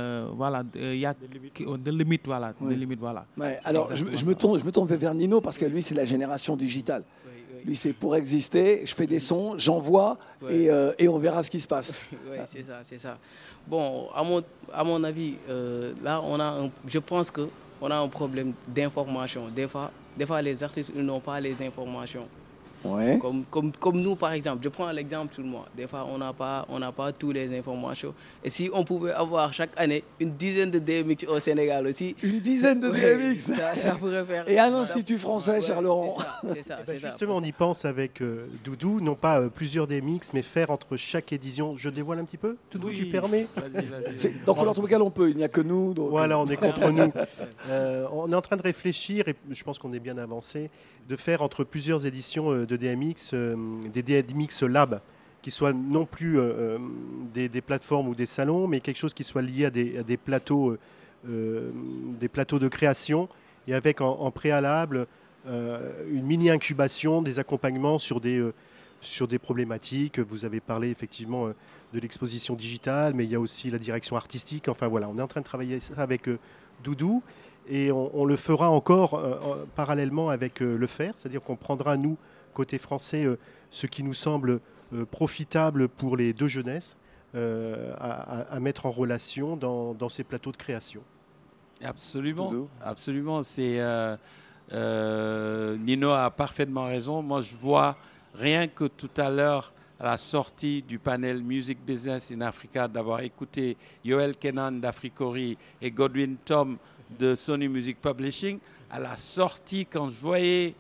limites. Voilà. Ouais, alors, je me tourne vers Nino parce que lui, c'est la génération digitale. Lui, c'est pour exister, je fais des sons, j'envoie et on verra ce qui se passe. Oui, c'est ça. Bon, à mon avis, là, je pense qu'on a un problème d'information. Des fois, les artistes n'ont pas les informations. Ouais. Comme nous, par exemple. Je prends l'exemple tout le monde. Des fois, on n'a pas toutes les informations. Et si on pouvait avoir chaque année une dizaine de DMX au Sénégal aussi... Une dizaine de DMX ça pourrait faire... Et un institut français, cher Laurent. C'est ça. Justement, on y pense avec Doudou, non pas plusieurs DMX, mais faire entre chaque édition... Je dévoile un petit peu, Doudou, tu permets? Vas-y. Dans Couleur Tropicale, on peut, il n'y a que nous. Donc... Voilà, on est contre nous. On est en train de réfléchir, et je pense qu'on est bien avancé, de faire entre plusieurs éditions de DMX, des DMX Lab, qui soient non plus des plateformes ou des salons, mais quelque chose qui soit lié à des plateaux de création, et avec en préalable une mini-incubation, des accompagnements sur des problématiques. Vous avez parlé effectivement de l'exposition digitale, mais il y a aussi la direction artistique. Enfin voilà, on est en train de travailler ça avec Doudou. Et on le fera encore parallèlement avec le faire, c'est-à-dire qu'on prendra, nous, côté français, ce qui nous semble profitable pour les deux jeunesses à mettre en relation dans ces plateaux de création. Absolument, absolument. Nino a parfaitement raison. Moi, je vois rien que tout à l'heure, à la sortie du panel Music Business in Africa, d'avoir écouté Yoel Kenan d'Africori et Godwin Tom de Sony Music Publishing, à la sortie, quand je voyais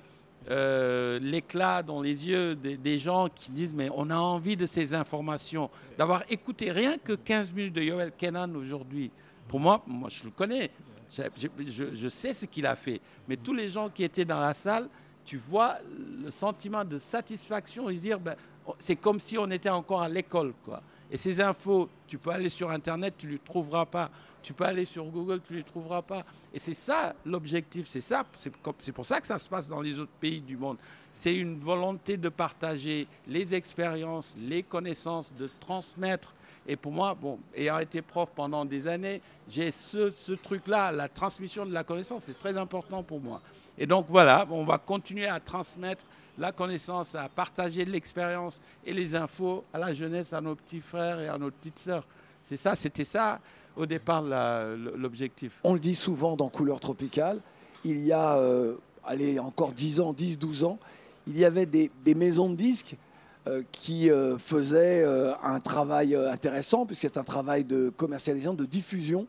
l'éclat dans les yeux des gens qui me disent mais on a envie de ces informations, d'avoir écouté rien que 15 minutes de Yoel Kenan aujourd'hui. Pour moi je le connais, je sais ce qu'il a fait, mais tous les gens qui étaient dans la salle, tu vois le sentiment de satisfaction et dire ben, c'est comme si on était encore à l'école, quoi. Et ces infos, tu peux aller sur Internet, tu ne les trouveras pas. Tu peux aller sur Google, tu ne les trouveras pas. Et c'est ça l'objectif, c'est pour ça que ça se passe dans les autres pays du monde. C'est une volonté de partager les expériences, les connaissances, de transmettre. Et pour moi, bon, ayant été prof pendant des années, j'ai ce truc-là, la transmission de la connaissance, c'est très important pour moi. Et donc voilà, on va continuer à transmettre la connaissance, à partager l'expérience et les infos à la jeunesse, à nos petits frères et à nos petites sœurs. C'est ça, c'était ça au départ l'objectif. On le dit souvent dans Couleur Tropicale, il y a encore 10 ans, 10-12 ans, il y avait des maisons de disques qui faisaient un travail intéressant, puisque c'est un travail de commercialisation, de diffusion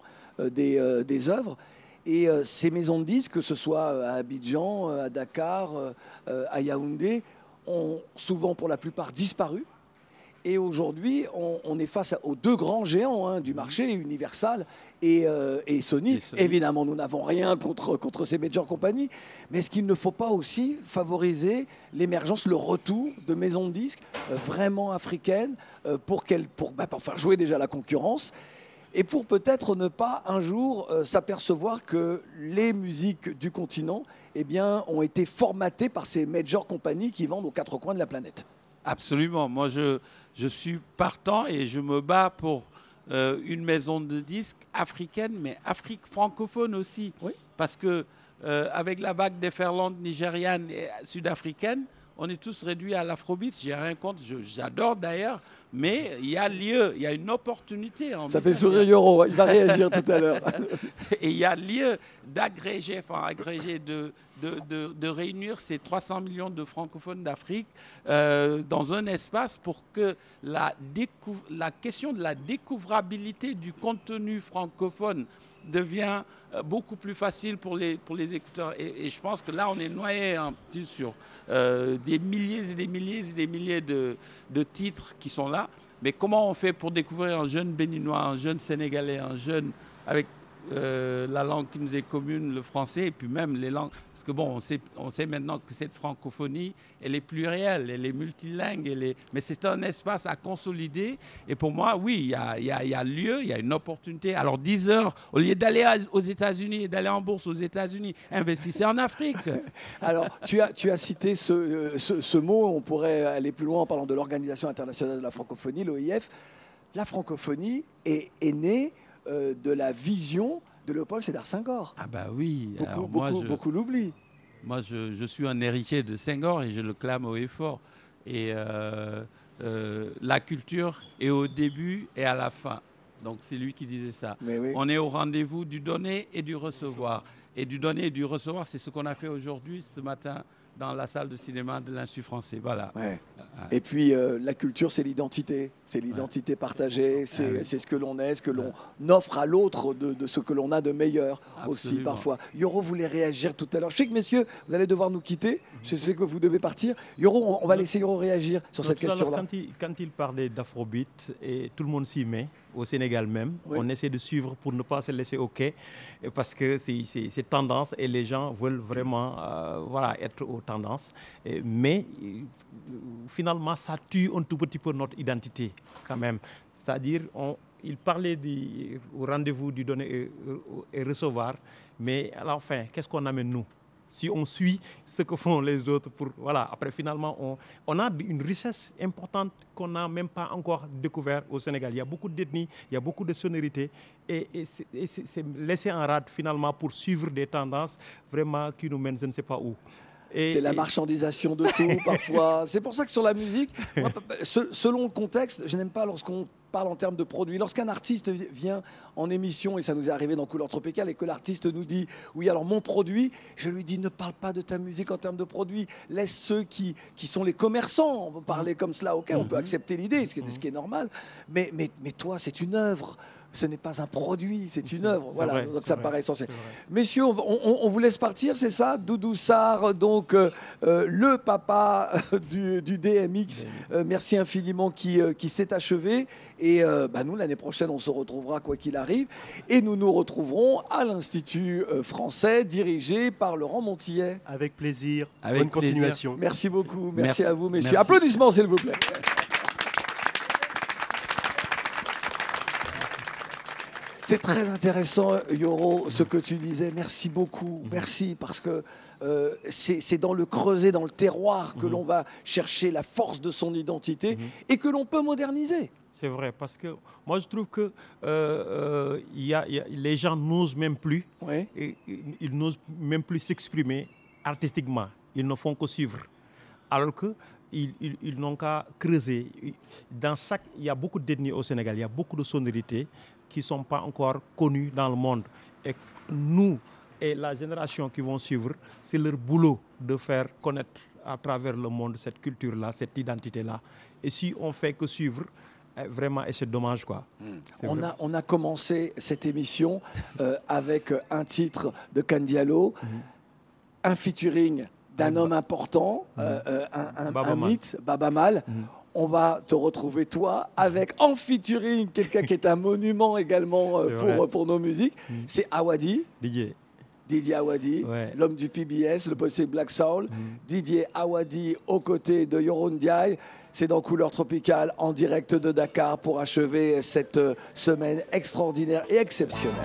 des œuvres. Et ces maisons de disques, que ce soit à Abidjan, à Dakar, à Yaoundé, ont souvent pour la plupart disparu. Et aujourd'hui, on est face aux deux grands géants du marché, Universal et Sony. Évidemment, nous n'avons rien contre ces major compagnies. Mais est-ce qu'il ne faut pas aussi favoriser l'émergence, le retour de maisons de disques vraiment africaines pour faire jouer déjà la concurrence et pour peut-être ne pas un jour s'apercevoir que les musiques du continent ont été formatées par ces major compagnies qui vendent aux quatre coins de la planète? Absolument. Moi, je suis partant et je me bats pour une maison de disques africaine, mais Afrique francophone aussi. Oui. Parce que avec la vague déferlante nigériane et sud-africaine, on est tous réduits à l'afrobeat. J'ai rien contre, j'adore d'ailleurs, mais il y a lieu, il y a une opportunité. Ça fait sourire Yoro, il va réagir tout à l'heure. Et il y a lieu d'agréger, de réunir ces 300 millions de francophones d'Afrique dans un espace pour que la question de la découvrabilité du contenu francophone devient beaucoup plus facile pour les écouteurs. Et je pense que là, on est noyé sur des milliers et des milliers et des milliers de titres qui sont là. Mais comment on fait pour découvrir un jeune Béninois, un jeune Sénégalais, un jeune avec la langue qui nous est commune, le français, et puis même les langues. Parce que bon, on sait maintenant que cette francophonie, elle est plurielle, elle est multilingue, mais c'est un espace à consolider. Et pour moi, oui, il y a lieu, il y a une opportunité. Alors 10 heures, au lieu d'aller aux États-Unis et d'aller en bourse aux États-Unis, investissez en Afrique. Alors, tu as cité ce mot, on pourrait aller plus loin en parlant de l'Organisation internationale de la francophonie, l'OIF. La francophonie est née de la vision de Léopold Sédar Senghor. Ah bah oui. Beaucoup l'oublient. Moi, je suis un héritier de Senghor et je le clame haut et fort. Et la culture est au début et à la fin. Donc c'est lui qui disait ça. Oui. On est au rendez-vous du donner et du recevoir. Et du donner et du recevoir, c'est ce qu'on a fait aujourd'hui, ce matin, dans la salle de cinéma de l'Institut français. Voilà. Ouais. Et puis, la culture, c'est l'identité. C'est l'identité partagée. C'est ce que l'on est, ce que l'on offre à l'autre de ce que l'on a de meilleur. Absolument. Aussi, parfois. Yoro voulait réagir tout à l'heure. Je sais que, messieurs, vous allez devoir nous quitter. Je sais que vous devez partir. Yoro, on va laisser Yoro réagir sur cette question-là. Quand il parlait d'afrobeat, et tout le monde s'y met, au Sénégal même, on essaie de suivre pour ne pas se laisser au quai, parce que c'est tendance et les gens veulent vraiment être aux tendances. Mais finalement, ça tue un tout petit peu notre identité quand même. C'est-à-dire, il parlait du rendez-vous du donner et recevoir, mais à la fin, qu'est-ce qu'on amène nous? Si on suit ce que font les autres, après finalement, on a une richesse importante qu'on n'a même pas encore découvert au Sénégal. Il y a beaucoup d'ethnies, il y a beaucoup de sonorités, et c'est laissé en rade finalement pour suivre des tendances vraiment qui nous mènent je ne sais pas où. C'est la marchandisation de tout, parfois. C'est pour ça que sur la musique, moi, selon le contexte, je n'aime pas lorsqu'on parle en termes de produits. Lorsqu'un artiste vient en émission, et ça nous est arrivé dans Couleur Tropicale, et que l'artiste nous dit « Oui, alors mon produit », je lui dis « Ne parle pas de ta musique en termes de produits. Laisse ceux qui sont les commerçants parler comme cela. Ok, on peut accepter l'idée, ce qui est normal. Mais toi, c'est une œuvre. Ce n'est pas un produit, c'est une œuvre. Voilà, vrai, donc ça vrai, paraît essentiel. Messieurs, on vous laisse partir, c'est ça? Doudou Sarr, donc le papa du DMX. Merci infiniment qui s'est achevé. Et nous, l'année prochaine, on se retrouvera quoi qu'il arrive. Et nous nous retrouverons à l'Institut français, dirigé par Laurent Montillet. Avec plaisir. Avec Bonne continuation. Merci beaucoup. Merci à vous, messieurs. Merci. Applaudissements, s'il vous plaît. C'est très intéressant, Yoro, ce que tu disais. Merci beaucoup. Merci, parce que c'est dans le creuset, dans le terroir, que l'on va chercher la force de son identité et que l'on peut moderniser. C'est vrai, parce que moi je trouve que les gens n'osent même plus, ils n'osent même plus s'exprimer artistiquement. Ils ne font que suivre. Alors qu'ils n'ont qu'à creuser. Il y a beaucoup d'ethnies au Sénégal, il y a beaucoup de sonorités qui ne sont pas encore connues dans le monde. Et nous et la génération qui vont suivre, c'est leur boulot de faire connaître à travers le monde cette culture-là, cette identité-là. Et si on ne fait que suivre, vraiment, et c'est dommage, quoi. On a commencé cette émission avec un titre de Kandialo, un featuring d'un homme important, un mythe, Baba Mal. On va te retrouver, toi, avec en featuring quelqu'un qui est un monument également pour nos musiques. C'est Awadi. Didier Awadi, l'homme du PBS, le postier Black Soul. Didier Awadi aux côtés de Yoro Ndiaye. C'est dans Couleur Tropicale, en direct de Dakar, pour achever cette semaine extraordinaire et exceptionnelle.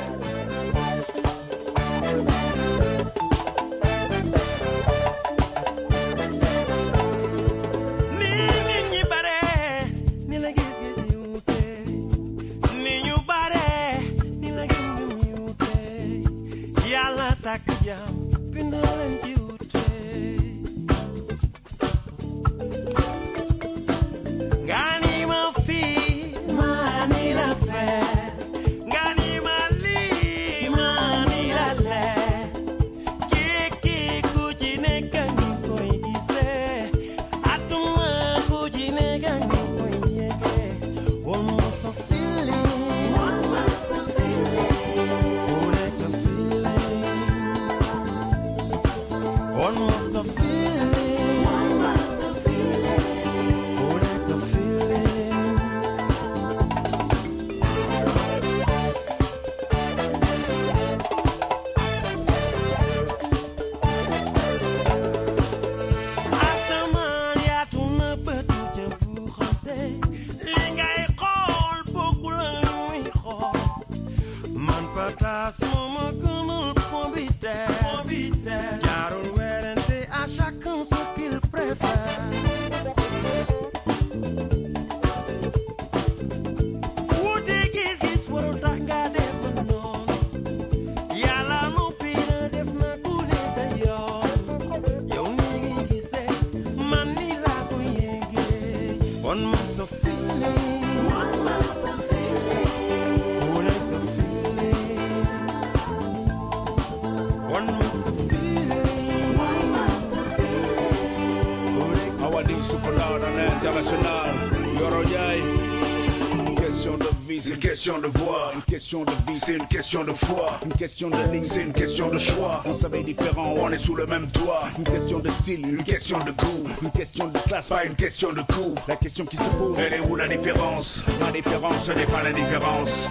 C'est une question de foi, une question de ligne, c'est une question de choix. On savait différent, on est sous le même toit. Une question de style, une question de goût, une question de classe, pas une question de coût. La question qui se pose, elle est où la différence? La différence, ce n'est pas la différence.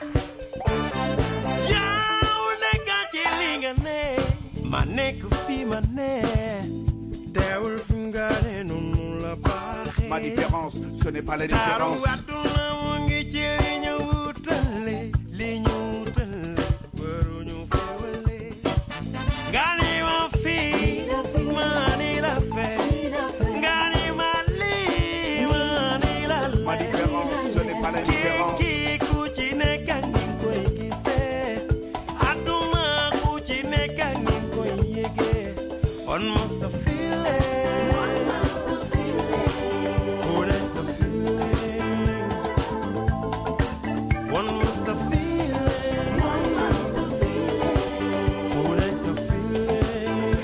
Ma différence, ce n'est pas la différence. One must have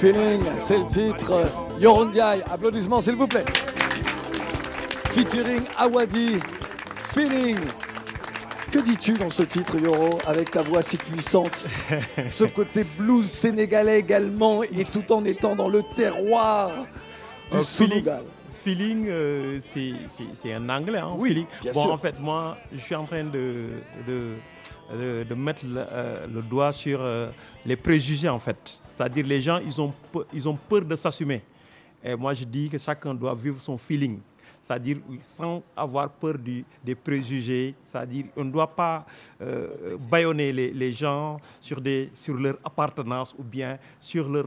Feeling, c'est le titre. Yoro Ndiaye, applaudissements s'il vous plaît. Featuring Awadi, Feeling. Que dis-tu dans ce titre, Yoro, avec ta voix si puissante? Ce côté blues sénégalais également, et tout en étant dans le terroir du Sunugal. Feeling, c'est un anglais. Hein, oui, feeling. Bien bon, sûr. en fait, moi, je suis en train de mettre le doigt sur les préjugés, en fait. C'est-à-dire les gens, ils ont peur de s'assumer. Et moi, je dis que chacun doit vivre son feeling. C'est-à-dire sans avoir peur des préjugés. C'est-à-dire on ne doit pas bâillonner les gens sur leur appartenance ou bien sur leur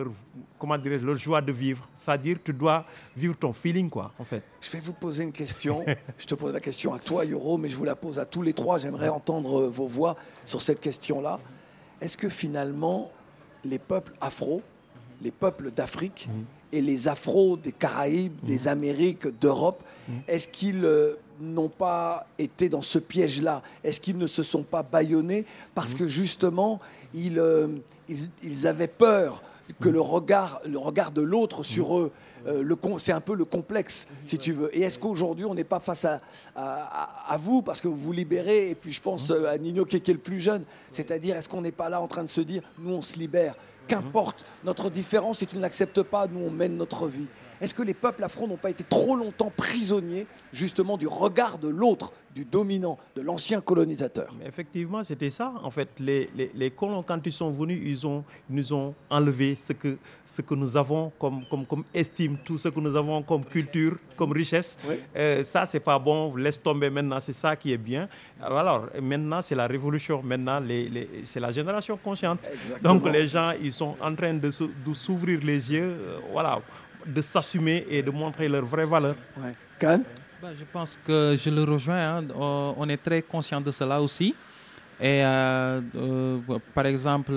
joie de vivre. C'est-à-dire tu dois vivre ton feeling, quoi, en fait. Je vais vous poser une question. Je te pose la question à toi, Yoro, mais je vous la pose à tous les trois. J'aimerais entendre vos voix sur cette question-là. Est-ce que finalement, les peuples afro, les peuples d'Afrique et les afros des Caraïbes, des Amériques, d'Europe, est-ce qu'ils n'ont pas été dans ce piège-là? Est-ce qu'ils ne se sont pas bâillonnés parce que justement, ils avaient peur que le regard de l'autre sur eux, c'est un peu le complexe, si tu veux. Et est-ce qu'aujourd'hui, on n'est pas face à vous, parce que vous vous libérez, et puis je pense à Nino qui est le plus jeune, c'est-à-dire, est-ce qu'on n'est pas là en train de se dire, nous, on se libère, qu'importe notre différence, si tu ne l'acceptes pas, nous, on mène notre vie. Est-ce que les peuples afro n'ont pas été trop longtemps prisonniers, justement, du regard de l'autre, du dominant, de l'ancien colonisateur? Mais effectivement, c'était ça. En fait, les colons, quand ils sont venus, ils nous ont enlevé ce que nous avons comme estime, tout ce que nous avons comme culture, comme richesse. Oui. Ça, c'est pas bon. Laisse tomber maintenant. C'est ça qui est bien. Alors, maintenant, c'est la révolution. Maintenant, c'est la génération consciente. Exactement. Donc, les gens, ils sont en train de s'ouvrir les yeux. Voilà. De s'assumer et de montrer leur vraie valeur. Ouais. Quand je pense que je le rejoins. Hein. On est très conscient de cela aussi. Et par exemple,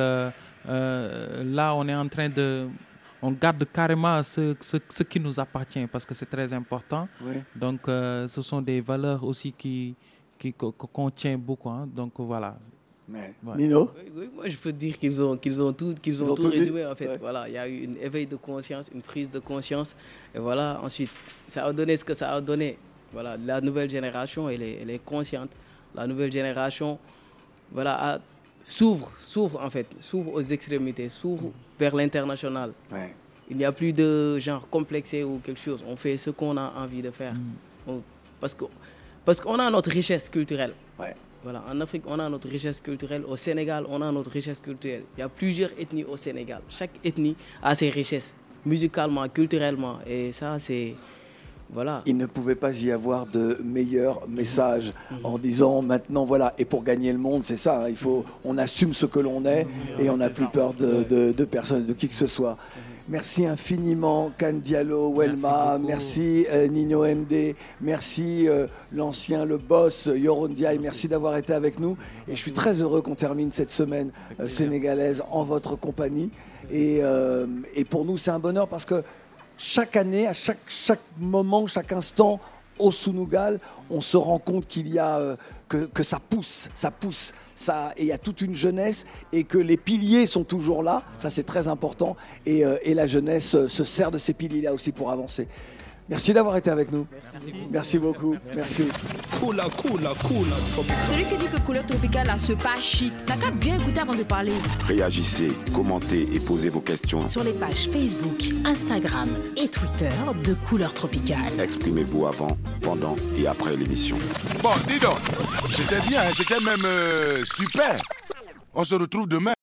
là, on est en train de... On garde carrément ce qui nous appartient parce que c'est très important. Oui. Donc, ce sont des valeurs aussi qu'on tient beaucoup. Hein. Donc, voilà. Mais, ouais. Nino? Oui, moi je peux dire qu'ils ont tout résumé en fait. Ouais. Voilà, il y a eu un éveil de conscience, une prise de conscience, et voilà. Ensuite, ça a donné ce que ça a donné. Voilà, la nouvelle génération, elle est consciente. La nouvelle génération, voilà, s'ouvre en fait, s'ouvre aux extrémités, s'ouvre vers l'international. Ouais. Il n'y a plus de genre complexé ou quelque chose. On fait ce qu'on a envie de faire, parce qu'on a notre richesse culturelle. Ouais. Voilà, en Afrique, on a notre richesse culturelle. Au Sénégal, on a notre richesse culturelle. Il y a plusieurs ethnies au Sénégal. Chaque ethnie a ses richesses, musicalement, culturellement. Et ça, c'est... Voilà. Il ne pouvait pas y avoir de meilleur message en disant maintenant, voilà, et pour gagner le monde, c'est ça. Hein, on assume ce que l'on est et on n'a plus peur de personne, de qui que ce soit. Merci infiniment, Kane Diallo, Welma, merci Nino MD, merci l'ancien, le boss, Yoro Ndiaye, merci d'avoir été avec nous. Et je suis très heureux qu'on termine cette semaine sénégalaise en votre compagnie. Et pour nous, c'est un bonheur parce que chaque année, à chaque moment, chaque instant, au Sunugal, on se rend compte qu'il y a que ça pousse. Et il y a toute une jeunesse et que les piliers sont toujours là, ça c'est très important, et la jeunesse se sert de ces piliers-là aussi pour avancer. Merci d'avoir été avec nous. Merci beaucoup. Merci. Cool. Celui qui dit que couleur tropicale a ce pas chic, n'a qu'à bien écouter avant de parler. Réagissez, commentez et posez vos questions sur les pages Facebook, Instagram et Twitter de Couleur Tropicale. Exprimez-vous avant, pendant et après l'émission. Bon, dis donc, c'était bien, c'était même super. On se retrouve demain.